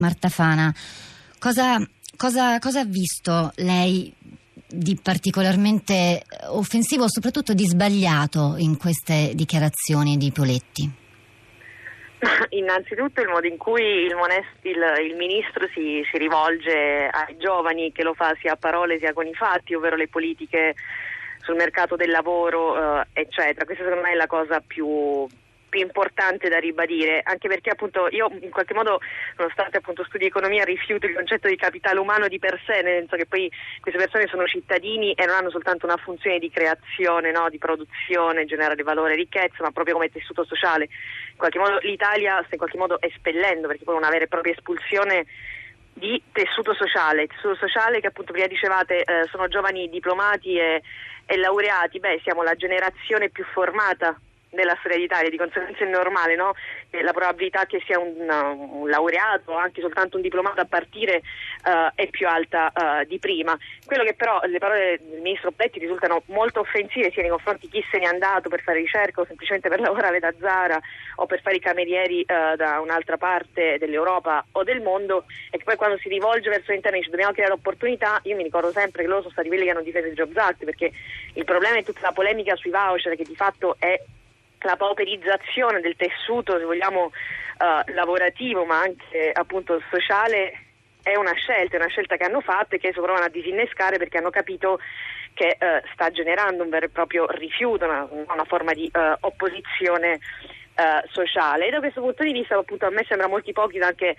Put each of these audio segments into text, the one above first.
Marta Fana, cosa ha visto lei di particolarmente offensivo, soprattutto di sbagliato in queste dichiarazioni di Poletti? Innanzitutto il modo in cui il ministro si rivolge ai giovani, che lo fa sia a parole sia con i fatti, ovvero le politiche sul mercato del lavoro, eccetera. Questa secondo me è la cosa più importante da ribadire, anche perché appunto io in qualche modo, nonostante appunto studi economia, rifiuto il concetto di capitale umano di per sé, nel senso che poi queste persone sono cittadini e non hanno soltanto una funzione di creazione, no, di produzione, generare valore e ricchezza, ma proprio come tessuto sociale. In qualche modo l'Italia sta in qualche modo espellendo, perché poi una vera e propria espulsione di tessuto sociale che appunto prima dicevate sono giovani diplomati e laureati. Siamo la generazione più formata della storia d'Italia, di conseguenza è normale, no? La probabilità che sia un laureato o anche soltanto un diplomato a partire è più alta di prima. Quello che però le parole del ministro Poletti risultano molto offensive sia nei confronti di chi se n'è andato per fare ricerca o semplicemente per lavorare da Zara o per fare i camerieri da un'altra parte dell'Europa o del mondo, e che poi quando si rivolge verso l'interno dice dobbiamo creare opportunità. Io mi ricordo sempre che loro sono stati quelli che hanno difeso il Jobs Act, perché il problema è tutta la polemica sui voucher, che di fatto è la pauperizzazione del tessuto, se vogliamo, lavorativo, ma anche appunto sociale. È una scelta che hanno fatto e che adesso provano a disinnescare, perché hanno capito che sta generando un vero e proprio rifiuto, una forma di opposizione sociale. E da questo punto di vista appunto a me sembra molto ipocrita anche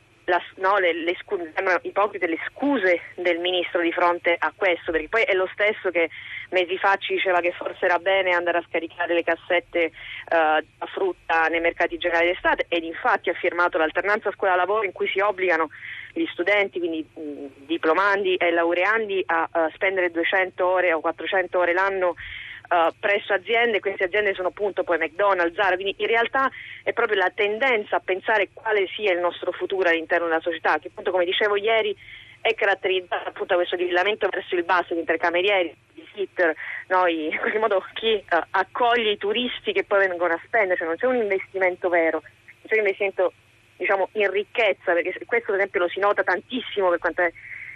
ipocrite le scuse del ministro di fronte a questo, perché poi è lo stesso che mesi fa ci diceva che forse era bene andare a scaricare le cassette a frutta nei mercati generali d'estate, ed infatti ha firmato l'alternanza scuola-lavoro, in cui si obbligano gli studenti, quindi diplomandi e laureandi, a spendere 200 ore o 400 ore l'anno presso aziende. Queste aziende sono appunto poi McDonald's, Zara, quindi in realtà è proprio la tendenza a pensare quale sia il nostro futuro all'interno della società, che appunto, come dicevo ieri, è caratterizzata appunto da questo livellamento verso il basso di camerieri, di sitter, in qualche modo chi accoglie i turisti che poi vengono a spendere, cioè non c'è un investimento vero, non c'è un investimento in ricchezza, perché questo per esempio lo si nota tantissimo per quanto è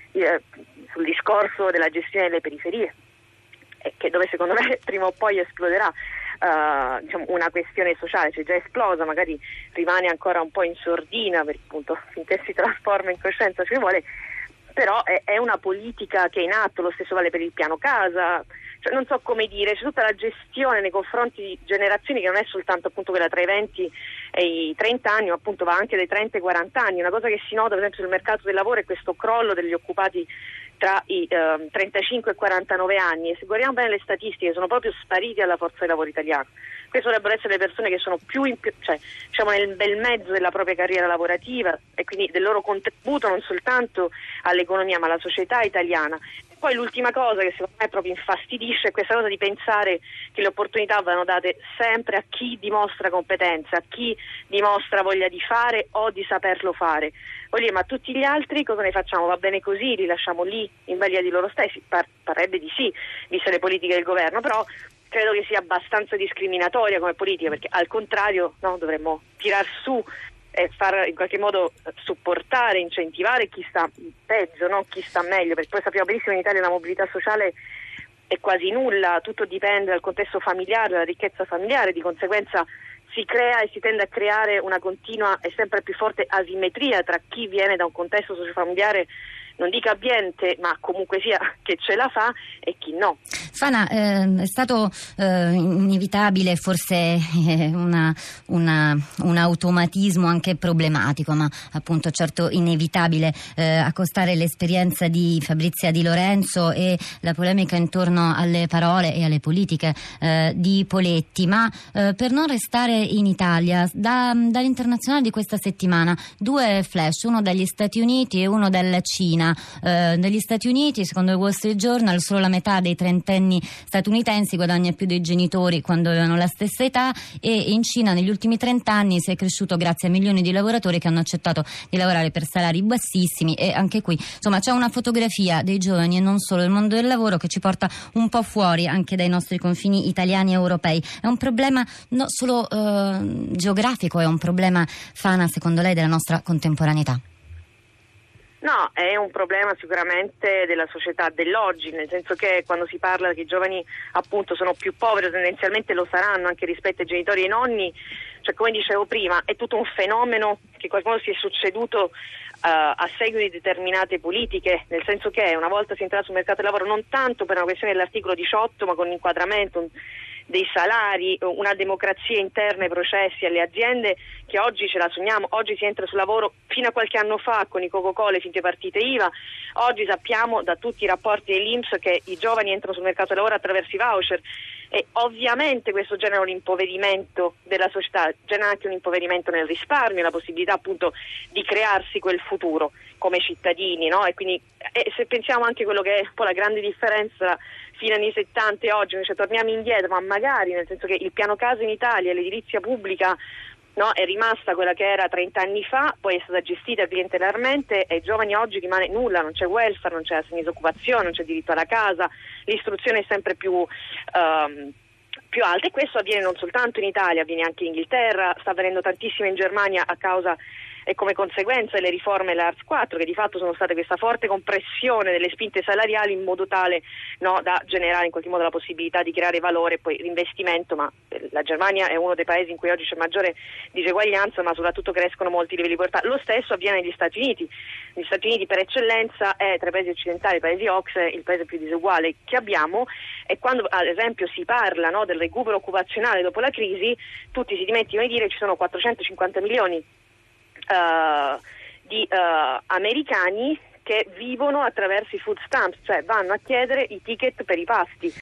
sul discorso della gestione delle periferie, che dove secondo me prima o poi esploderà una questione sociale, cioè già esplosa, magari rimane ancora un po' in sordina, perché appunto finché si trasforma in coscienza ci vuole, però è una politica che è in atto. Lo stesso vale per il piano casa, cioè non so come dire, c'è tutta la gestione nei confronti di generazioni che non è soltanto appunto quella tra i 20 e i 30 anni, ma appunto va anche dai 30 ai 40 anni. Una cosa che si nota per esempio sul mercato del lavoro è questo crollo degli occupati tra i 35 e 49 anni, e se guardiamo bene le statistiche sono proprio spariti alla forza di lavoro italiana. Queste dovrebbero essere le persone che sono nel bel mezzo della propria carriera lavorativa, e quindi del loro contributo non soltanto all'economia ma alla società italiana. Poi l'ultima cosa che secondo me proprio infastidisce è questa cosa di pensare che le opportunità vanno date sempre a chi dimostra competenza, a chi dimostra voglia di fare o di saperlo fare. Voglio dire, ma tutti gli altri cosa ne facciamo? Va bene così? Li lasciamo lì in balia di loro stessi? Parrebbe di sì, viste le politiche del governo, però credo che sia abbastanza discriminatoria come politica, perché al contrario dovremmo tirar su e far in qualche modo supportare, incentivare chi sta peggio, chi sta meglio, perché poi sappiamo benissimo in Italia la mobilità sociale è quasi nulla, tutto dipende dal contesto familiare, dalla ricchezza familiare, di conseguenza si crea e si tende a creare una continua e sempre più forte asimmetria tra chi viene da un contesto sociofamiliare, non dica abbiente, ma comunque sia che ce la fa, e chi no. Fana, è stato inevitabile, forse un automatismo anche problematico, ma appunto certo inevitabile, accostare l'esperienza di Fabrizia Di Lorenzo e la polemica intorno alle parole e alle politiche di Poletti. Ma per non restare in Italia, dall'internazionale di questa settimana 2 flash, uno dagli Stati Uniti e uno dalla Cina. Negli Stati Uniti, secondo il Wall Street Journal, solo la metà dei trentenni statunitensi guadagna più dei genitori quando avevano la stessa età, e in Cina negli ultimi 30 anni si è cresciuto grazie a milioni di lavoratori che hanno accettato di lavorare per salari bassissimi. E anche qui c'è una fotografia dei giovani e non solo del mondo del lavoro che ci porta un po' fuori anche dai nostri confini italiani e europei. È un problema non solo geografico, è un problema, Fana, secondo lei, della nostra contemporaneità? No, è un problema sicuramente della società dell'oggi, nel senso che quando si parla che i giovani appunto sono più poveri, tendenzialmente lo saranno anche rispetto ai genitori e ai nonni, cioè come dicevo prima è tutto un fenomeno che qualcuno si è succeduto a seguito di determinate politiche, nel senso che una volta si entra sul mercato del lavoro non tanto per una questione dell'articolo 18 ma con l'inquadramento dei salari, una democrazia interna ai processi, alle aziende che oggi ce la sogniamo. Oggi si entra sul lavoro fino a qualche anno fa con i Coca-Cola e finte partite IVA, oggi sappiamo da tutti i rapporti dell'INPS che i giovani entrano sul mercato del lavoro attraverso i voucher e ovviamente questo genera un impoverimento della società, genera anche un impoverimento nel risparmio, la possibilità appunto di crearsi quel futuro come cittadini, no? E quindi se pensiamo anche a quello che è un po' la grande differenza fino agli anni 70 e oggi, cioè torniamo indietro, ma magari nel senso che il piano casa in Italia, l'edilizia pubblica, no, è rimasta quella che era 30 anni fa, poi è stata gestita clientelarmente e ai giovani oggi rimane nulla, non c'è welfare, non c'è assegno di disoccupazione, non c'è diritto alla casa, l'istruzione è sempre più alta e questo avviene non soltanto in Italia, avviene anche in Inghilterra, sta avvenendo tantissimo in Germania a causa e come conseguenza delle riforme l'ARS 4 che di fatto sono state questa forte compressione delle spinte salariali in modo tale, no, da generare in qualche modo la possibilità di creare valore e poi l'investimento, ma la Germania è uno dei paesi in cui oggi c'è maggiore diseguaglianza ma soprattutto crescono molti livelli di povertà. Lo stesso avviene negli Stati Uniti. Gli Stati Uniti per eccellenza è tra i paesi occidentali, i paesi OCSE, il paese più diseguale che abbiamo e quando ad esempio si parla, no, del recupero occupazionale dopo la crisi tutti si dimenticano di dire che ci sono 450 milioni di americani che vivono attraverso i food stamps, cioè vanno a chiedere i ticket per i pasti.